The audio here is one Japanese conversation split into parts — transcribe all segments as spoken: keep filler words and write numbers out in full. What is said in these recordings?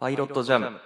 パイロットジャム。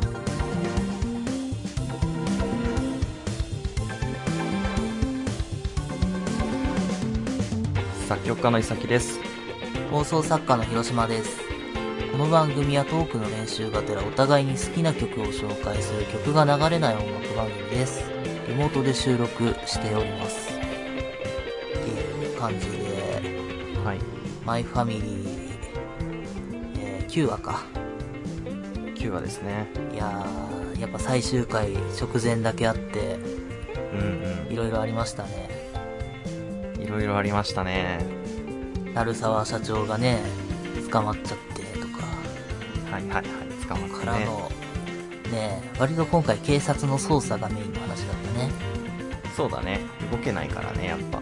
作曲家の伊崎です。 放送作家の広島です。この番組はトークの練習がてらお互いに好きな曲を紹介する曲が流れない音楽番組です。リモートで収録しておりますっていう感じで、 はい、 マイファミリー、えー、きゅうわかきゅうわですね。 いやー、やっぱ最終回直前だけあってうんうん、 いろいろありましたね。 いろいろありましたね。 鳴沢社長がね捕まっちゃってとか、 はいはいはい、捕まってねからのね、割と今回警察の捜査がメインの話だったね。 そうだね、動けないからね、やっぱ。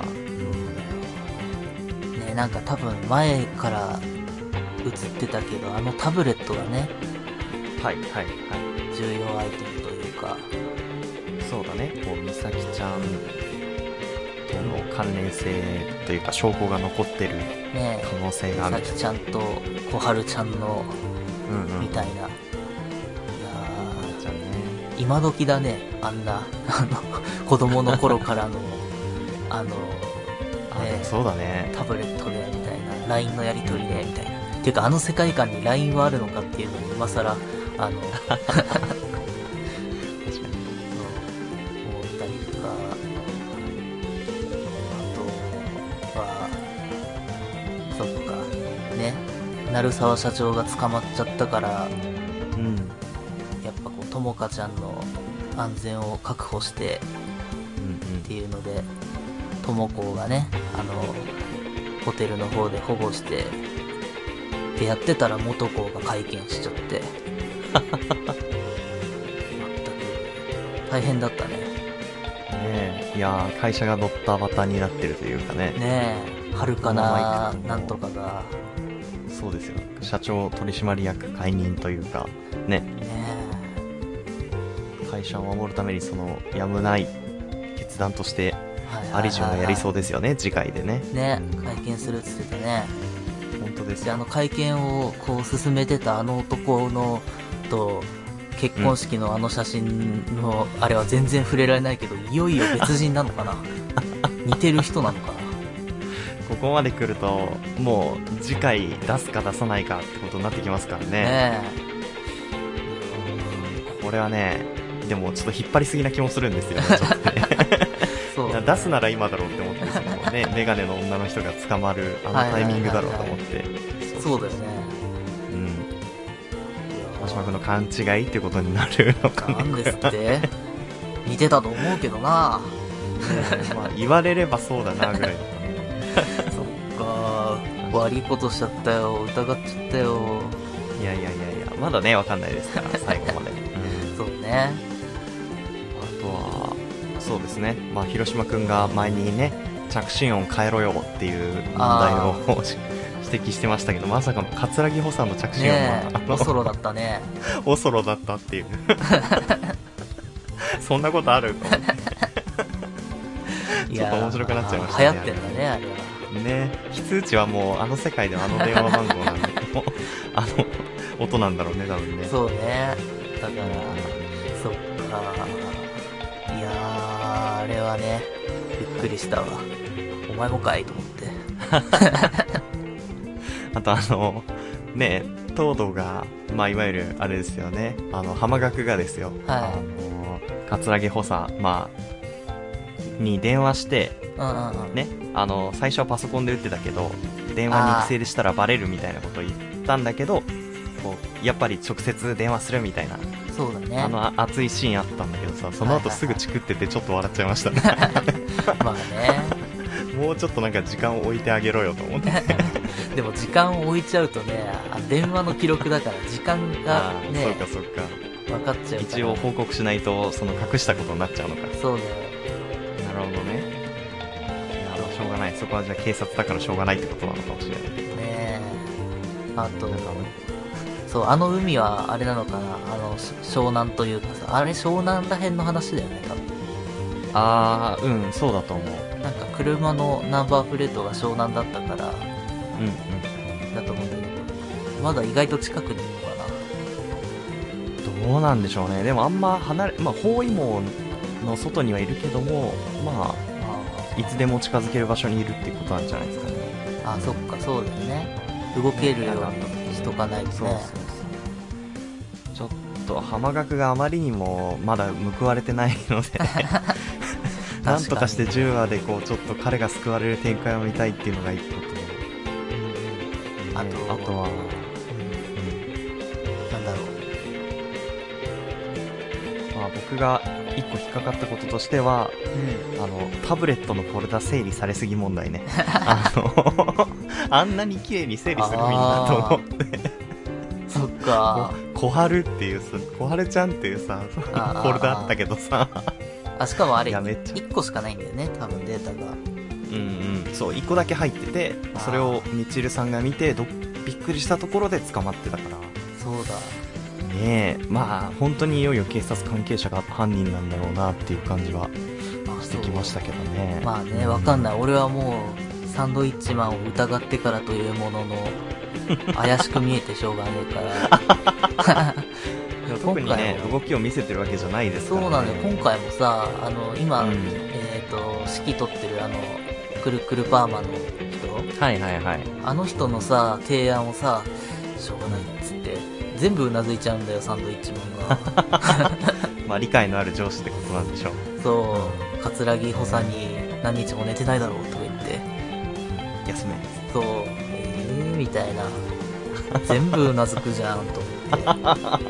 うんね、なんか多分前から映ってたけど、あのタブレットがね、 はいはいはい、 重要アイテムというか、 そうだね、こう美咲ちゃんとの関連性というか証拠が残ってるね、 可能性がある。 美咲ちゃんと小春ちゃんの、 うんうん、 みたいな。いやー、じゃあね、 今時だね、あんなあの子供の頃からのあの、ね、 あ、そうだね、 タブレットでみたいな、 ライン のやり取りでみたいな、っていうかあの世界観に ライン はあるのかっていうのに今更あの確かにそう思ったりとか、あとはそっかね、鳴沢社長が捕まっちゃったから、 うん、 やっぱこうともかちゃんの安全を確保してっていうので、ともこがね、あのホテルの方で保護してってやってたら元子が会見しちゃってまったく大変だったね。 ねえ、いやー、会社がドッタバタになってるというかね。 ねえ、はるかななんとかが、 そうですよ、社長取締役解任というかね、 ね会社を守るためにそのやむない決断としてえ、 アリジョンがやりそうですよね、次回でね。 ね、 うん、 会見するっつってたね。 本当ですで、 よ。 あの会見をこう進めてたあの男のと結婚式のあの写真のあれは全然触れられないけど、いよいよ別人なのかな似てる人なのかな。 ここまで来るともう次回出すか出さないかってことになってきますからね。 ねえ、これはね、でもちょっと引っ張りすぎな気もするんですよね、ちょっとねそういや、出すなら今だろうって思ってですね、メガネの女の人が捕まるあのタイミングだろうと思って。 そうだよね。 うん。大島君の勘違いっていうことになるのかね。 なんですって似てたと思うけどなまあ、言われればそうだなぐらいそっかー、悪いことしちゃったよ、疑っちゃったよ。 いやいやいやいや、まだね、わかんないですから最後まで、うん、 そうね。 あとはそうですね、まあ、広島くんが前にね、着信音変えろよっていう問題を指摘してましたけど、まさかの桂木補佐の着信音は、 ねえ、オソロだったねオソロだったっていうそんなことあると思ってちょっと面白くなっちゃいましたね。 流行ってんだね、あれはね。非通知はもうあの世界ではあの電話番号なんでもうあの音なんだろうね、多分ね。 そうね、だからそっか、いやー、あれはね、びっくりしたわ。お前もかいと思ってあとあのね、東堂がまあいわゆるあれですよね、あの浜学がですよ、 はい、 あの桂木補佐、まあに電話して、 うんうんうん、 ね、あの最初はパソコンで打ってたけど電話に育成でしたらバレるみたいなことを言ったんだけど、こうやっぱり直接電話するみたいな、 そうだね、 あの熱いシーンあったんだけどさ、その後すぐチクっててちょっと笑っちゃいましたねまあねもうちょっとなんか時間を置いてあげろよと思ってでも時間を置いちゃうとね、あ、電話の記録だから時間がね、 そうかそうか、 分かっちゃうから一応報告しないとその隠したことになっちゃうのか。 そうだよ。 なるほどね。いや、しょうがない、そこはじゃあ警察だからしょうがないってことなのかもしれないね。 え、あとそう、あの海はあれなのかな、あの湘南というかさ、あれ湘南らへんの話だよね、多分。 あー、うん、そうだと思う。 なんか車のナンバープレートが湘南だったから、 うんうん、 だと思うんだけど、まだ意外と近くにいるのかな。 どうなんでしょうね。でもあんま離れ、まあ包囲網の外にはいるけども、まあいつでも近づける場所にいるっていうことなんじゃないですかね。 あ、そっか、そうだよね。動けるようにしとかないとね。そうそうそう。ちょっと浜学があまりにもまだ報われてないのでなんとかしてじゅうわでこうちょっと彼が救われる展開を見たいっていうのが一個と、うん、 あと、 あとは、うん、 なんだろう、まあ、僕が一個引っかかったこととしては、うん、あのタブレットのフォルダ整理されすぎ問題ねあのあんなに綺麗に整理するみんなと思ってそっか小春っていうさ、小春ちゃんっていうさフォルダあったけどさ、 あ、しかもあれいっこしかないんだよね、多分データが。 うんうん、そういっこだけ入ってて、それをみちるさんが見てどびっくりしたところで捕まってたから。 そうだねえ、まあ本当にいよいよ警察関係者が犯人なんだろうなっていう感じはしてきましたけどね。 まあね、わかんない。俺はもうサンドイッチマンを疑ってからというものの怪しく見えてしょうがねえから特にね動きを見せてるわけじゃないですからね。 そうなんだよ。今回もさ、あの今、うん、えっ、ー、と指揮取ってるあのくるくるパーマの人、 はいはいはい、 あの人のさ提案をさ、しょうがないっつって全部うなずいちゃうんだよ、サンドイッチマンがまあ理解のある上司ってことなんでしょう。 そう、桂木補佐に何日も寝てないだろうとか言って休め、 そう、えーみたいな全部うなずくじゃんと思って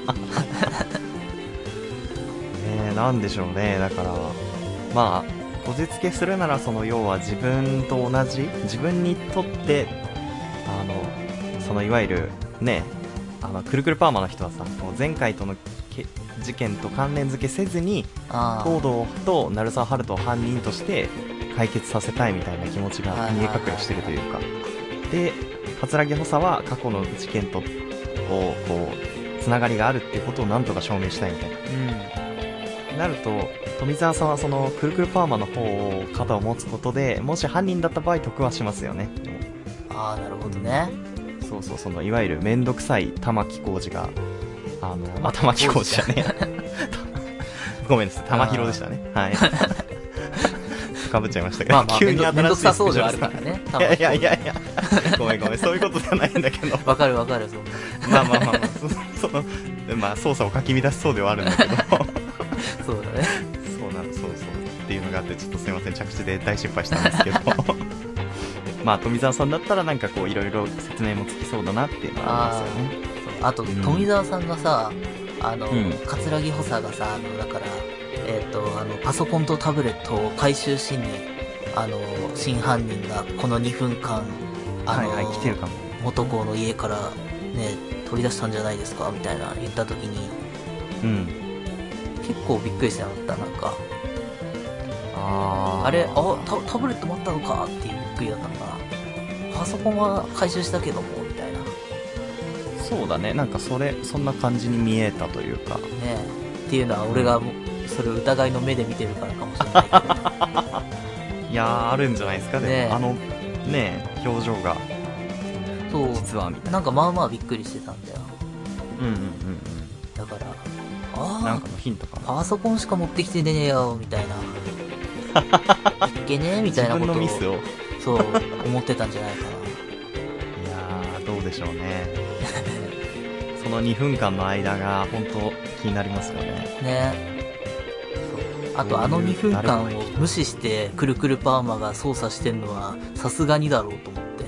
ねえ、なんでしょうね。だからまあこじつけするなら、その要は自分と同じ、自分にとってあのそのいわゆるね、あのくるくるパーマの人はさ、もう前回とのけ事件と関連付けせずに東堂と鳴沢温人を犯人として解決させたいみたいな気持ちが見え隠れしてるというか、で桂木補佐は過去の事件とこうつながりがあるっていうことをなんとか証明したいみたいな、うん、なると富澤さんはそのくるくるパーマの方を肩を持つことで、もし犯人だった場合得はしますよね。 ああ、なるほどね。 そうそう、そのいわゆるめんどくさい玉置浩二があのあ玉置浩二じゃねごめんなさい、玉広でしたね。はいかぶっちゃいましたけど、まあまあ、急に新しいめんどくさそうではあるからね。 いやいやいやいやごめんごめん、そういうことじゃないんだけどわかるわかる、そんなまあまあまあ、まあ、そ, そのまあ捜査をかき乱しそうではあるんだけどそうだね、 そうなの、そうそうっていうのがあって、ちょっとすいません、着地で大失敗したんですけどまあ富澤さんだったらなんかこういろいろ説明もつきそうだなっていうのはありますよね。 あ, あと、うん、富澤さんがさ、あの、うん、桂木補佐がさ、あのだからえっ、ー、とあのパソコンとタブレットを回収しに、あの真犯人がこのにふんかんあの、 はいはい、来てるかも、 元子の家からね取り出したんじゃないですかみたいな言った時に、うん、結構びっくりしてなかった。なんかああれ、あ タ, タブレットもあったのかっていうびっくりだったのかな。パソコンは回収したけどもみたいな。 そうだね、なんかそれそんな感じに見えたというかね。 っていうのは俺がそれを疑いの目で見てるからかもしれないけどいやー、あるんじゃないですか。でも、ね、あのね表情がそう実はみたいな、 なんかまあまあびっくりしてたんだよ。 うんうんうんうん。 だからあなんかのヒントかな。 パソコンしか持ってきてねえよみたいないっけねえみたいなことを自分のミスをそう思ってたんじゃないかな。いやー、どうでしょうねそのにふんかんの間が本当気になりますよね。 ね。あとあのにふんかんを無視してくるくるパーマが操作してんのはさすがにだろうと思って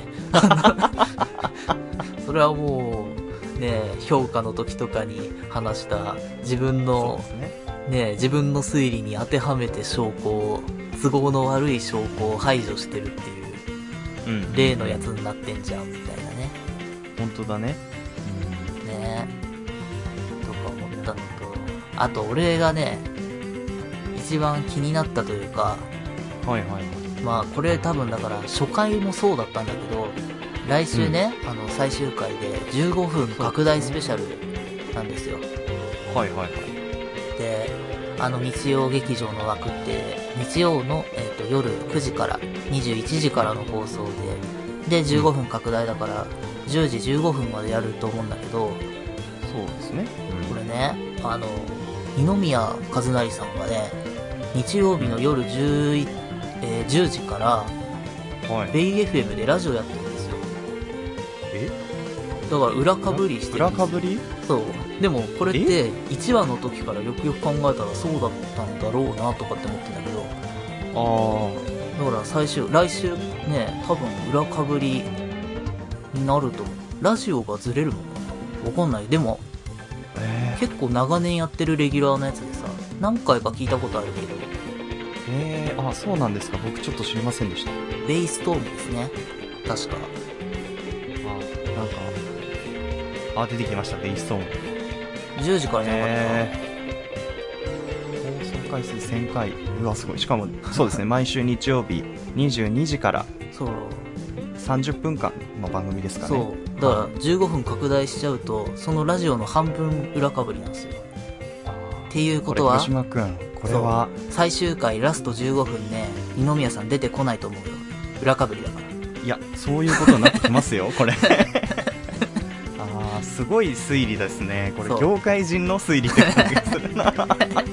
それはもうね、評価の時とかに話した自分のね、ね、自分の推理に当てはめて証拠を、都合の悪い証拠を排除してるっていう、うん、例のやつになってんじゃんみたいなね。 本当だね。 うん、ねとか思ったのと、あと俺がね一番気になったというか、 はいはいはい、 まあこれ多分だから初回もそうだったんだけど、来週ね、うん、あの最終回でじゅうごふん拡大スペシャルなんですよ。 はいはいはい。 で、あの日曜劇場の枠って日曜の、えー、と夜くじからにじゅういちじからの放送で、でじゅうごふん拡大だからじゅうじじゅうごふんまでやると思うんだけど、 そうですね、 これね、あの二宮和也さんがね、日曜日の夜じゅう、えー、じゅうじから、はい、ベイ エフエム でラジオやってるんですよ。 えだから裏かぶりしてるんですよ。 裏かぶり？ そう。でもこれっていちわの時からよくよく考えたらそうだったんだろうなとかって思ってんだけど、ああ、だから最終来週ね、多分裏かぶりになると思う。ラジオがずれるのかな、わかんない。でも、えー、結構長年やってるレギュラーのやつでさ、何回か聞いたことあるけど。 えー、あ、そうなんですか。僕ちょっと知りませんでした。 ベイストームですね、確か。 あ、なんかあ、出てきました、ベイストーム。 じゅうじからやなかった、えー、放送回数せんかい。うわ、すごい。しかもそうですね毎週日曜日にじゅうにじからそうさんじゅっぷんかんの番組ですかね。 そうだからじゅうごふん拡大しちゃうと、そのラジオの半分裏かぶりなんですよ。っていうことは、 広島くん、これは最終回ラストじゅうごふんね、二宮さん出てこないと思うよ。裏かぶりだから。 いや、そういうことになってきますよこれあー、すごい推理ですねこれ。業界人の推理って感じがするなそう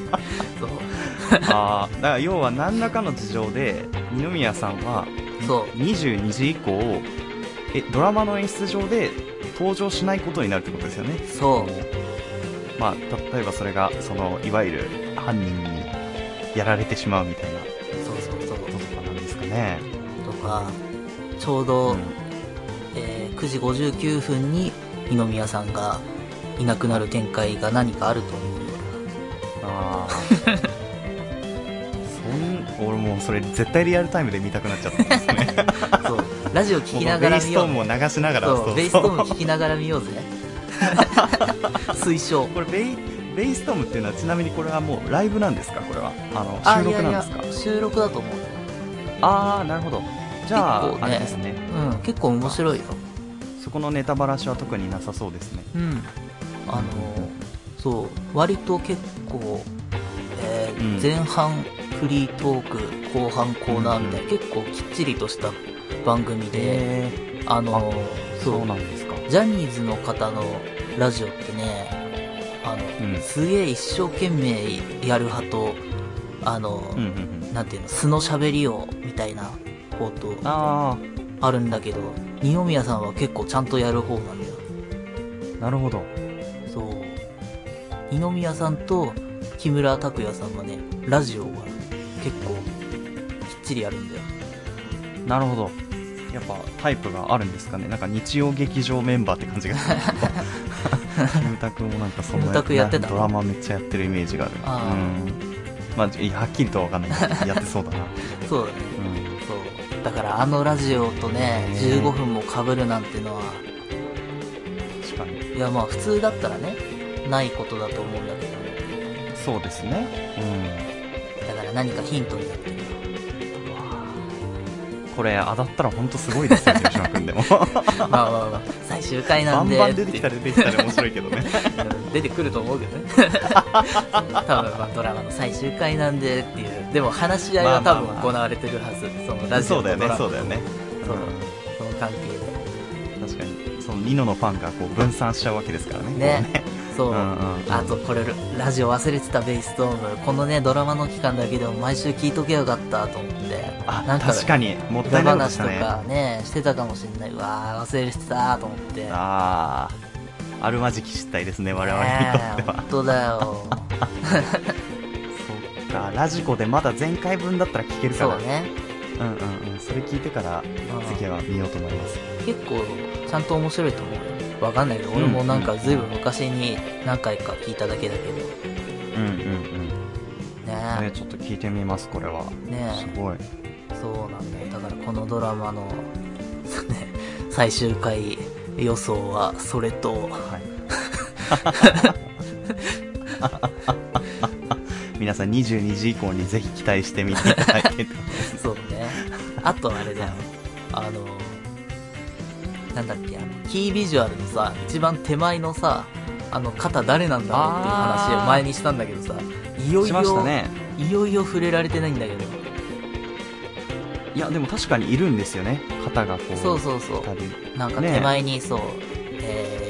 あー、だから要は何らかの事情で二宮さんはそうにじゅうにじ以降、えドラマの演出上で登場しないことになるってことですよね。 そう、 まあ、例えばそれがそのいわゆる犯人にやられてしまうみたいな、 そうそうそう、 こととかなんですかね。 とかちょうど、うん、えー、くじごじゅうきゅうふんに二宮さんがいなくなる展開が何かあると思うよ。 ああ俺もうそれ絶対リアルタイムで見たくなっちゃったんですねそうラジオ聞きながら見よう、ね、 ベイストームを流しながら、そうそうベイストーム聞きながら見ようぜ推奨。 これベイベイストームっていうのはちなみにこれはもうライブなんですか？これはあの収録なんですか？ いやいや収録だと思う。 ああ、なるほど。じゃあ、ね、あれですね、 うん、結構面白いよ。 そこのネタバラシは特になさそうですね。 うん、あのそう割と結構、えーうん、前半フリートーク後半コーナーみたいな、うん、結構きっちりとした番組で、あのそう、そうなんですか。 ジャニーズの方のラジオってね、あの、うん、すげえ一生懸命やる派と、あの、うんうんうん、なんていうの、素の喋りをみたいな方とああるんだけど、二宮さんは結構ちゃんとやる方なんだよ。 なるほど。 そう、二宮さんと木村拓哉さんはね、ラジオは結構きっちりやるんだよ。 なるほど。やっぱタイプがあるんですかね。なんか日曜劇場メンバーって感じがするキムタクもなんかそのやってたドラマめっちゃやってるイメージがある。あ、うん、まあはっきりとは分かんないけどやってそうだなそうだね、うん、そうだからあのラジオとねじゅうごふんも被るなんてのは確かに。 いやまあ普通だったらねないことだと思うんだけど。 そうですね、 うん、だから何かヒントになってるよ。 これ当たったら本当すごいですよ広島君でもまあまあまあ最終回なんでバンバン出てきたら出てきたら面白いけどね出てくると思うけどね多分まあドラマの最終回なんでっていう、でも話し合いは多分行われてるはず、まあまあまあ、そのラジオとドラマとそうだよねそうだよね、うん、その関係で確かにそのニノのファンがこう分散しちゃうわけですからね。 ね、 ねそう、うんうんうん、あとこれラジオ忘れてたベイストーム、このねドラマの期間だけでも毎週聞いとけばよかったと思って、 あ、なんか確かにもったいないことしたね。 話とかねしてたかもしれない。うわー忘れてたと思って。 ああ、あるまじき失態ですね我々にとっては。 本当だよそっか、ラジコでまだ前回分だったら聞けるから。 そうね、 うんうんうん、それ聞いてから次は見ようと思います。 結構ちゃんと面白いと思うよ。わかんないけど、俺もなんかずいぶん昔に何回か聞いただけだけど。 うんうんうん。 ねね、ちょっと聞いてみますこれは。ね、すごい。 そうなんだよ。だからこのドラマの、ね、最終回予想はそれと、はい、 皆さんにじゅうにじ以降にぜひ期待してみていただけるとそうね。あとあれだよ。あの。なんだっけ、あのキービジュアルのさ一番手前のさあの肩誰なんだろうっていう話を前にしたんだけどさ、いよいよ、ね、いよいよ触れられてないんだけど。 いやでも確かにいるんですよね、肩がこう。 そうそうそう、なんか手前に、ね、そう、え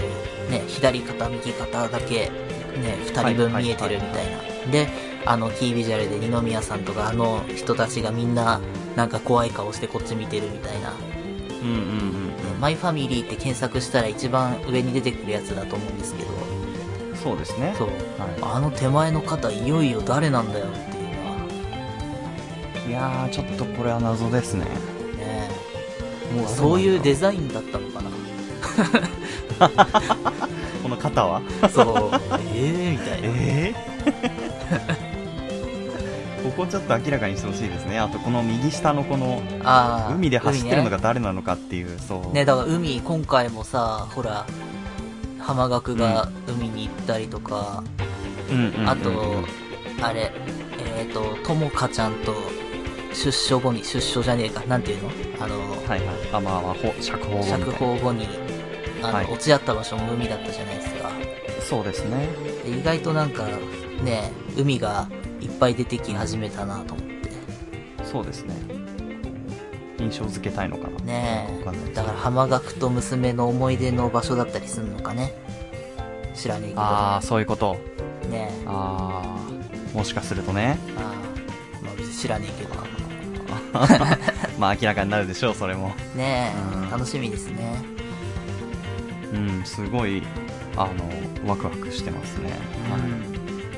ね、左肩右肩だけねふたりぶん見えてるみたいな。であのキービジュアルで二宮さんとかあの人たちがみんななんか怖い顔してこっち見てるみたいな。 うんうんうん、 ね、マイファミリーって検索したら一番上に出てくるやつだと思うんですけど。 そうですね。 そう、はい、あの手前の方いよいよ誰なんだよっていうのは。 いやーちょっとこれは謎ですね。 ねえ、もうそういうデザインだったのかなこの肩はそうえーみたいな。 えーここちょっと明らかにしてほしいですね。あとこの右下のこの海で走ってるのが誰なのかっていう、ね、そうね、だから海今回もさほら浜学が海に行ったりとか、うん、あと、うんうんうん、あれえっ、ー、とともかちゃんと出所後に出所じゃねえかなんていうのあのはいはいあまあまあ釈放後釈放後にあの、はい、落ち合った場所も海だったじゃないですか。 そうですね。 で意外となんかね海がいっぱい出てき始めたなと思って。 そうですね。印象付けたいのかなねえ。だから浜学と娘の思い出の場所だったりするのかね。知らねえけど。 ああそういうこと。 ねえ。 ああもしかするとね。 ああまあ別に知らねえけど。 まあ明らかになるでしょうそれも。 ねえ、うん、楽しみですね。 うんすごいあのワクワクしてますね。うん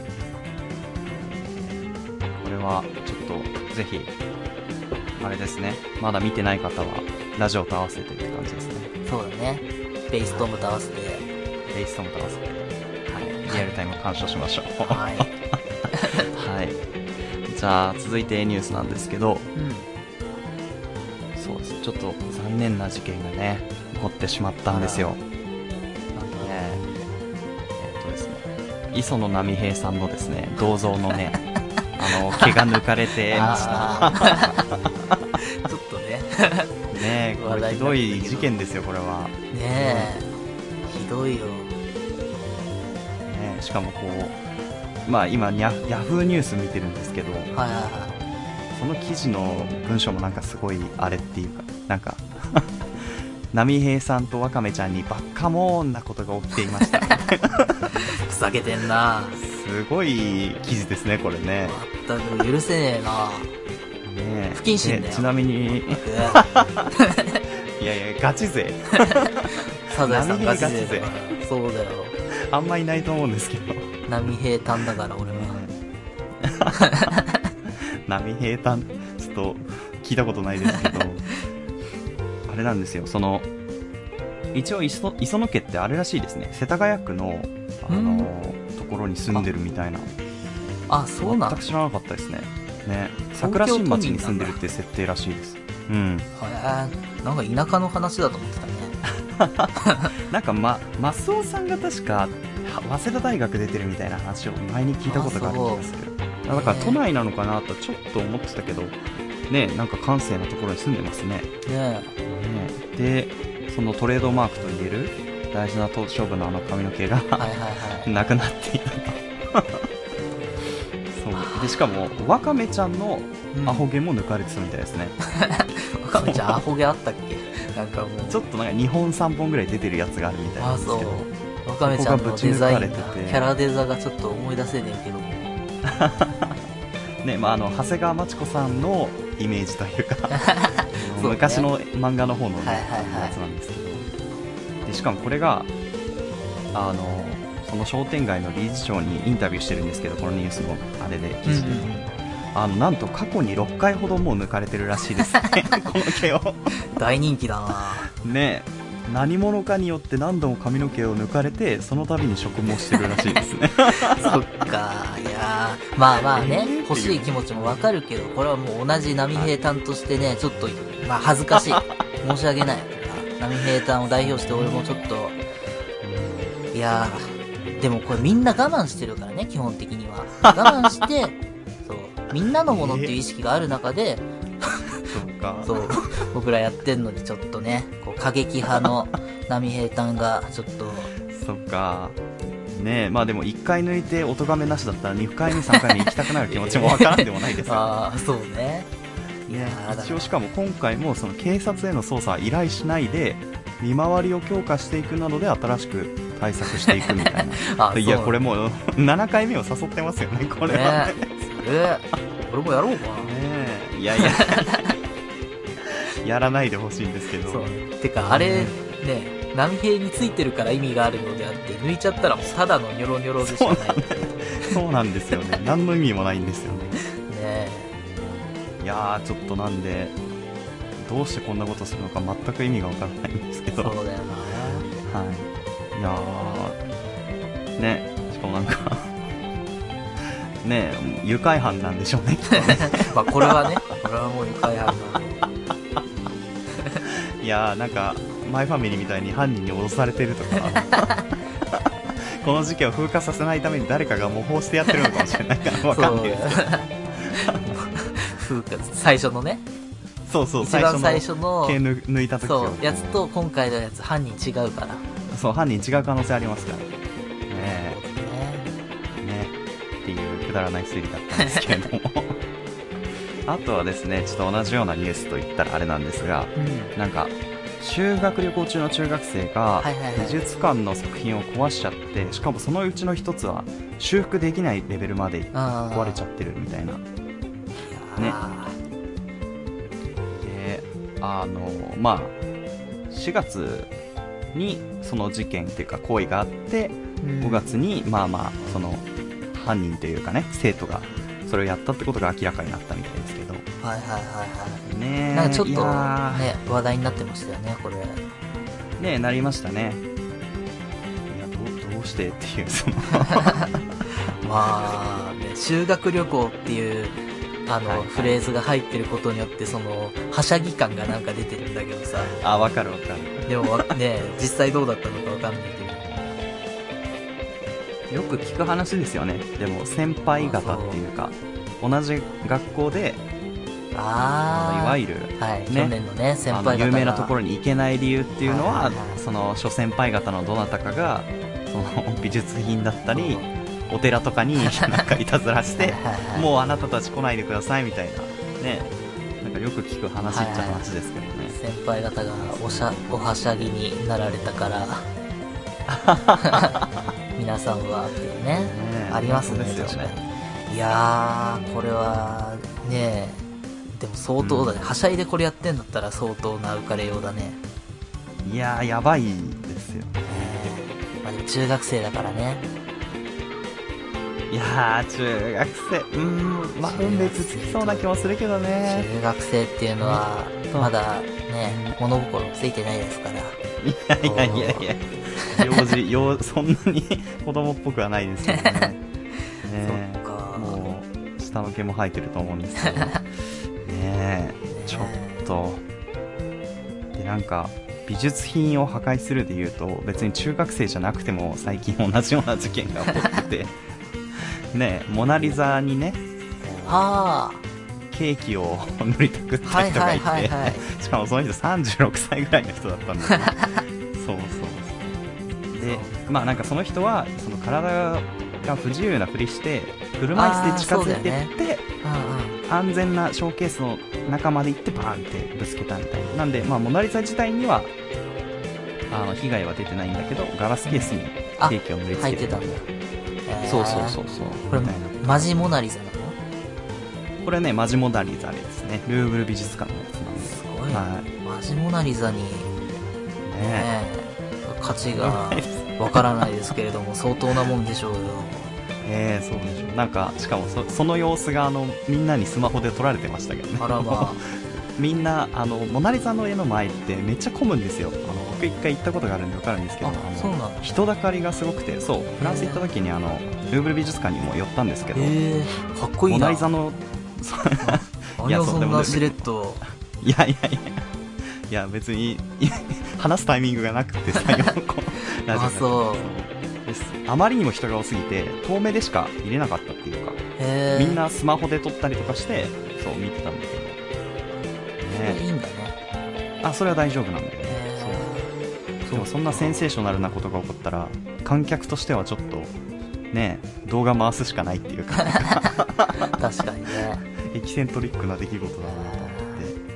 これはちょっとぜひあれですねまだ見てない方はラジオと合わせてって感じですね。 そうだねベイストームと合わせてベイストームと合わせて、はい、リアルタイム鑑賞しましょうはい、はい、じゃあ続いてニュースなんですけど、うん、そうですちょっと残念な事件がね起こってしまったんですよ。なんとねえっとですね磯野波平さんのですね銅像のねあの毛が抜かれてましたちょっとねねえこれひどい事件ですよこれは。 ねえ、うん、ひどいよ、ね、 えしかもこうまあ今ヤフーニュース見てるんですけど、はいはいはい、その記事の文章もなんかすごいあれっていうかなんか波平さんとワカメちゃんにバッカモーンなことが起きていましたふざけてんな。 すごい記事ですねこれね。 全く許せねえなねえ不謹慎だよ。 ちなみにいやいやガチ勢サザエさんガチ勢だから。そうだよあんまいないと思うんですけど波平坦だから俺は波平坦ちょっと聞いたことないですけどあれなんですよその一応磯野家ってあれらしいですね世田谷区のあのところに住んでるみたいな。 ああそうなん全く知らなかったですね。ね桜新町に住んでるって設定らしいです。うんはえなんか田舎の話だと思ってたねなんかまマスオさんが確か早稲田大学出てるみたいな話を前に聞いたことがある気がする。だから都内なのかなとちょっと思ってたけどねなんか閑静なところに住んでますね。ねえでそのトレードマークと言える大事な勝負のあの髪の毛がはいはい、はい、なくなっていたとそうでしかもワカメちゃんのアホ毛も抜かれてたみたいですね、 うん、ワカメちゃんアホ毛あったっけなんかもうちょっとなんかにほんさんぼんぐらい出てるやつがあるみたいなんですけど。あそうワカメちゃんのデザインがキャラデザがちょっと思い出せねえけどねまああの長谷川町子さんのイメージというかう、ね、昔の漫画の方の、ねはいはいはい、やつなんですけどでしかもこれがあのその商店街の理事長にインタビューしてるんですけどこのニュースのあれで記事で、うんうん、あのなんと過去にろっかいほどもう抜かれてるらしいですねこの毛を大人気だなね何者かによって何度も髪の毛を抜かれてその度に植毛してるらしいですねそっかいやまあまあね、えー、欲しい気持ちもわかるけどこれはもう同じ波平坦としてねちょっと、まあ、恥ずかしい申し訳ない波平坦を代表して俺もちょっといやでもこれみんな我慢してるからね基本的には我慢してそうみんなのものっていう意識がある中で、えー、 そっかそう僕らやってんのにちょっとねこう過激派の波平坦がちょっとそっかねえまあでもいっかい抜いてお咎めなしだったらにかいめさんかいめ行きたくなる気持ちもわからんでもないですよああそうねいや一応しかも今回もその警察への捜査は依頼しないで見回りを強化していくなどで新しく対策していくみたいなあいやこれもうななかいめを誘ってますよねこれはね。 ねそれ俺もやろうかな。 ねえいやいややらないでほしいんですけど。 そうてかあれね波平についてるから意味があるのであって抜いちゃったらもうただのニョロニョロでしかない。 そうなんですよね何の意味もないんですよね。 ねいやーちょっとなんでどうしてこんなことするのか全く意味がわからないんですけど。 そうだよな。 はいいやーねしかもなんかね愉快犯なんでしょうねきっとねまあこれはねこれはもう愉快犯なんでいやーなんかマイファミリーみたいに犯人に脅されてるとかこの事件を風化させないために誰かが模倣してやってるのかもしれないからわかんないですけど風化最初のねそうそう一番最初の毛抜抜いた時そをうやつと今回のやつ犯人違うからそう犯人違う可能性ありますからねえねねっていうくだらない推理だったんですけれどもあとはですねちょっと同じようなニュースといったらあれなんですが、 うんなんか修学旅行中の中学生がはいはいはい美術館の作品を壊しちゃってしかもそのうちの一つは修復できないレベルまであー壊れちゃってるみたいな。ねあであのまあしがつにその事件っていうか行為があってーごがつにまあまあその犯人というかね生徒がそれをやったってことが明らかになったみたいですけどうんはいはいはいはいねえなんかちょっといやーね話題になってましたよねこれ。 ねえなりましたね。いやどうどうしてっていうそのまあね修学旅行っていうあの、 はいはいフレーズが入ってることによってそのはしゃぎ感がなんか出てるんだけどさあわかるわかるでもわね実際どうだったのかわかんないけどよく聞く話ですよね。でも先輩方っていうか同じ学校であのああいわゆるはい、 ね去年のね先あの輩方が有名なところに行けない理由っていうのは、 はいはいはいその諸先輩方のどなたかがその美術品だったりお寺とかになんかいたずらしてはいはいはいもうあなたたち来ないでくださいみたいなねなんかよく聞く話っちゃ話ですけどね、 先輩方がおしゃおはしゃぎになられたから皆さんはっていうねねありますねそうですよね確かに。いやーこれはねでも相当だね、 うんはしゃいでこれやってんだったら相当な浮かれようだね。 いやーやばいですよ。 まあ、でも中学生だからね。 いやー中学生うーんまあ分別つきそうな気もするけどね。 中学生っていうのはうんまだね物心ついてないですから。 いやいやいやいや幼児幼そんなに子供っぽくはないですけどね。ねそっかもう下の毛も生えてると思うんですけどねえちょっとでなんか美術品を破壊するでいうと別に中学生じゃなくても最近同じような事件が起こっててねえモナリザにねあケーキを塗りたくっあはいはいた人がいて、 はいはいしかもその人さんじゅうろくさいぐらいの人だったんですよそうそうそうでまあなんかその人はその体が不自由なふりして車椅子で近づいていって、 うんうん安全なショーケースの中まで行ってバーンってぶつけたみたいな。なんで、まあ、モナリザ自体にはあの被害は出てないんだけどガラスケースにケーキを塗りつけて入ってたんだ。へーそうそうそうそうこれみたいなマジモナリザなの？ これねマジモナリザですね。ルーブル美術館のやつなんですすごい、 はマジモナリザにいねね価値がわからないですけれども相当なもんでしょうよ。 えー、そうでしょう。なんかしかも そ, その様子があのみんなにスマホで撮られてましたけどね。 あらまあみんなあのモナリザの絵の前ってめっちゃ混むんですよ。あの僕一回行ったことがあるんで分かるんですけど、 ああのそうなの？ 人だかりがすごくて、そうフランス行った時にあのルーブル美術館にも寄ったんですけど、 えー、かっこいいモな。 ナリザのそう何いやをそんなそうでもしれっと。 いやいやいやいや別にい話すタイミングがなくてさよこうラジオあそうですあまりにも人が多すぎて遠目でしか入れなかったっていうか、 へーみんなスマホで撮ったりとかしてそう見てたんだけど、ね、 それいいんだね。 あそれは大丈夫なんだよね。 へーそうでもそんなセンセーショナルなことが起こったら観客としてはちょっとね動画回すしかないっていうか確かにね。 エキセントリックな出来事だなと思って、ま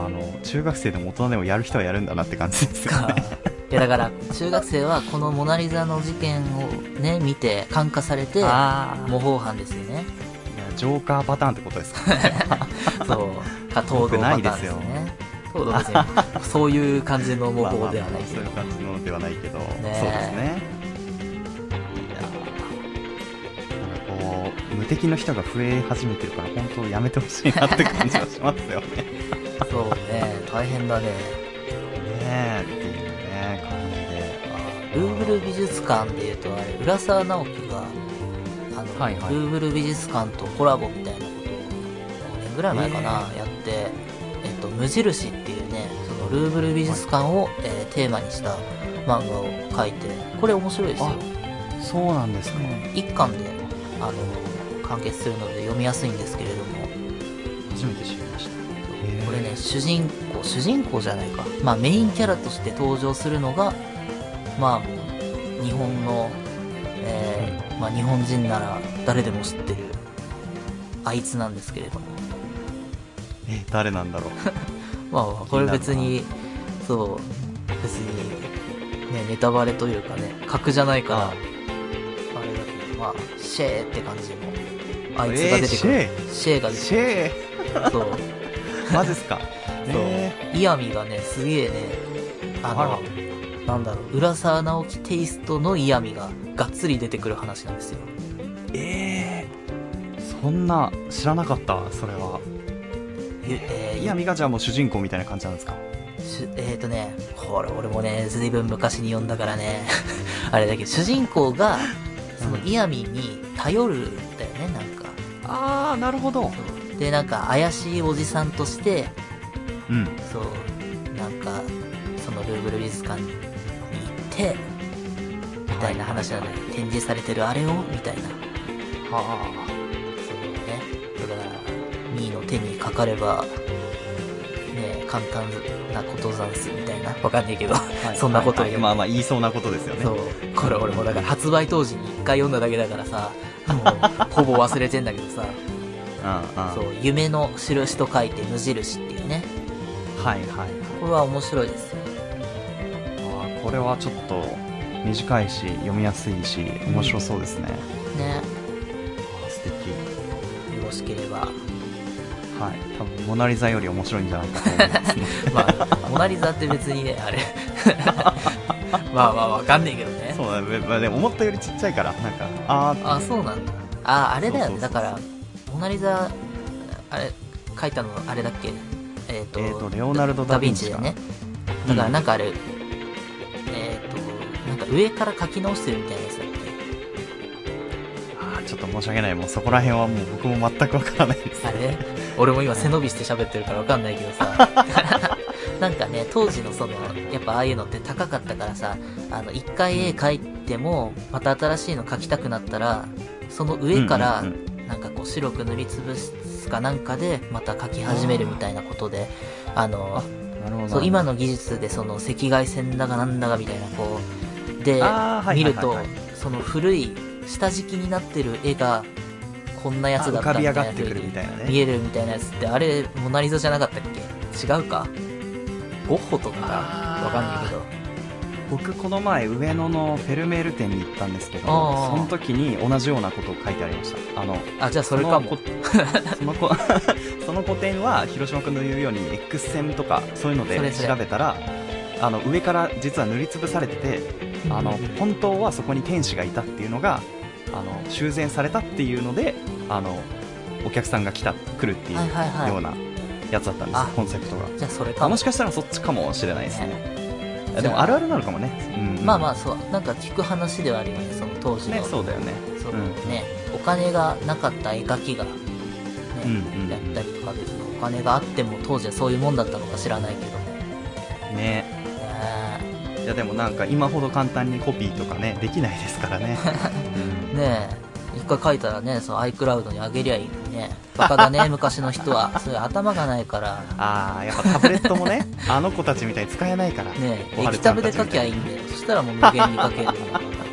あの中学生でも大人でもやる人はやるんだなって感じですよね。 いやだから中学生はこのモナリザの事件をね見て感化されて模倣犯ですよね。 いやジョーカーパターンってことですかね。 そうか東堂パターンですよね。東堂別にそういう感じの模倣ではないけど、 まあまあまあそういう感じのではないけど、 ね、 そうですね。いやなんかこう無敵の人が増え始めてるから本当やめてほしいなって感じはしますよね。 そうね、大変だね。 ねえっていうね感じで、 ルーブル美術館でいうとあれ浦沢直樹があの、はいはい、ルーブル美術館とコラボみたいなことをごねんぐらい前かな、えー、やって、えっと、無印っていうねそのルーブル美術館を、はいえー、テーマにした漫画を描いて、これ面白いですよ。 そうなんですか。 一巻であの完結するので読みやすいんですけれども、 初めて知りました。 これね主人公主人公じゃないか、まあ、メインキャラとして登場するのがまあ日本の、えーまあ、日本人なら誰でも知ってるあいつなんですけれども、 え誰なんだろう。 まあこれ別にそう別にねネタバレというかね格じゃないからあれだけど、まあシェーって感じのあいつが出てくる、えー、シェーが出てくる、シェーそうマジっすか。 そうイヤミがねすげえねあのなんだろう浦沢直樹テイストのイヤミががっつり出てくる話なんですよ。 えー、そんな知らなかったそれは。えー、イヤミがじゃあもう主人公みたいな感じなんですか。 しえっ、ー、とねこれ俺もねずいぶん昔に読んだからねあれだけど主人公がそのイヤミに頼るんだよね、なんか。 ああなるほど。 でなんか怪しいおじさんとして、 うん、 そうなんかそのルーブル美術館に行ってみたいな話なのに、はい、展示されてるあれをみたいな。 はあ。 そうね。だからミーの手にかかればね簡単なことざんすみたいな、わかんないけど、はい、そんなことを言う、 はいはい、まあまあ言いそうなことですよね。 そうこれ俺もだから発売当時に一回読んだだけだからさ、もうほぼ忘れてんだけどさ。 うんうん、 そう夢の印と書いて無印っていうね。 はいはいはい。 これは面白いですよ。 あこれはちょっと短いし読みやすいし面白そうですね。 うん、ね。 あ素敵。 よろしければ。 はい。多分モナリザより面白いんじゃないかと思いますね。 まあモナリザって別にねあれまあまあわかんないけどね。 そうだね。まあ、でも思ったよりちっちゃいからなんかああそうなんだ。ああれだよね。だからモナリザあれ書いたのあれだっけ、えっ、ー、と、 えー、とレオナルド・ダ・ヴィンチだよね。だからなんかあれ、うん、えっ、ー、となんか上から書き直してるみたいなやつだっけ。 ああちょっと申し訳ない。もうそこら辺はもう僕も全くわからないです。 あれ俺も今背伸びして喋ってるからわかんないけどさなんかね当時のそのやっぱああいうのって高かったからさ、あの一回絵描いてもまた新しいの描きたくなったらその上から、うんうんうんなんかこう白く塗りつぶすかなんかでまた描き始めるみたいなことで、あのあそう今の技術でその赤外線だがなんだがみたいなこうで見るとその古い下敷きになってる絵がこんなやつだったみたいな風に見えるみたいなやつってあれモナリザじゃなかったっけ。違うかゴッホとかわかんないけど。 僕この前上野のフェルメール店に行ったんですけど、その時に同じようなことを書いてありました。あのあじゃあそれかもそのこその個展は広島君の言うように X 線とかそういうので調べたらあの上から実は塗りつぶされてて、あの本当はそこに天使がいたっていうのがあの修繕されたっていうのであのお客さんが来た来るっていうようなやつだったんです、はいはいはい、コンセプトが。 じゃあそれかも。 もしかしたらそっちかもしれないですね。ねでもあるあるなのかもね、 うん、まあまあそうなんか聞く話ではあるよねその当時のね。そうだよね。 そう、うん、ねお金がなかった絵描きが、ねうんうん、やったりとか別にお金があっても当時はそういうもんだったのか知らないけどねねえいやでもなんか今ほど簡単にコピーとかねできないですからね、 うん、ねえ一回書いたらねその iCloud に上げりゃいいのにね。バカだね昔の人はそういう頭がないから。 ああやっぱタブレットもねあの子たちみたいに使えないからねえ液タブで書きゃいいんだよ。そしたらもう無限に書けるもうね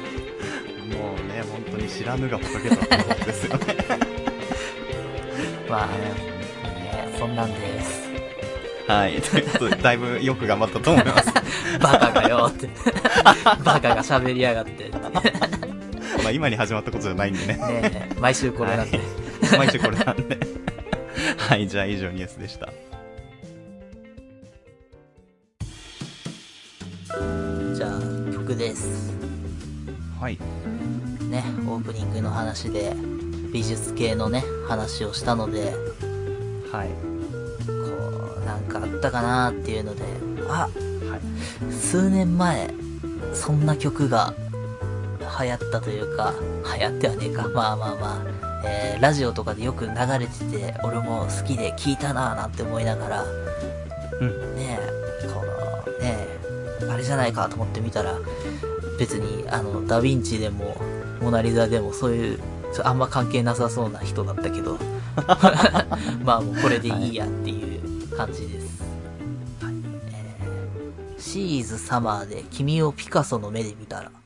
本当に知らぬが仏とはことですよねまあねそんなんです。 はい。ということで、だいぶよく頑張ったと思います。 バカがよって。バカが喋りやがって。 まあ今に始まったことじゃないんでね。 ねえ、毎週これなんで。 はい、毎週これなんで。はい、じゃあ以上ニュースでした。 じゃあ曲です。 はい。 ね、オープニングの話で美術系のね話をしたので、 はい。 こうなんかあったかなっていうので、あ、 はい、 数年前そんな曲が流行ったというか、流行ってはねえか、まあまあまあ、えー、ラジオとかでよく流れてて、俺も好きで聴いたなーなんて思いながら、 うん、 ねえ、このねえ、あれじゃないかと思って見たら、別にあのダヴィンチでもモナリザでもそういうあんま関係なさそうな人だったけどまあもうこれでいいやっていう感じです、はい。えー、シーズサマーで君をピカソの目で見たら。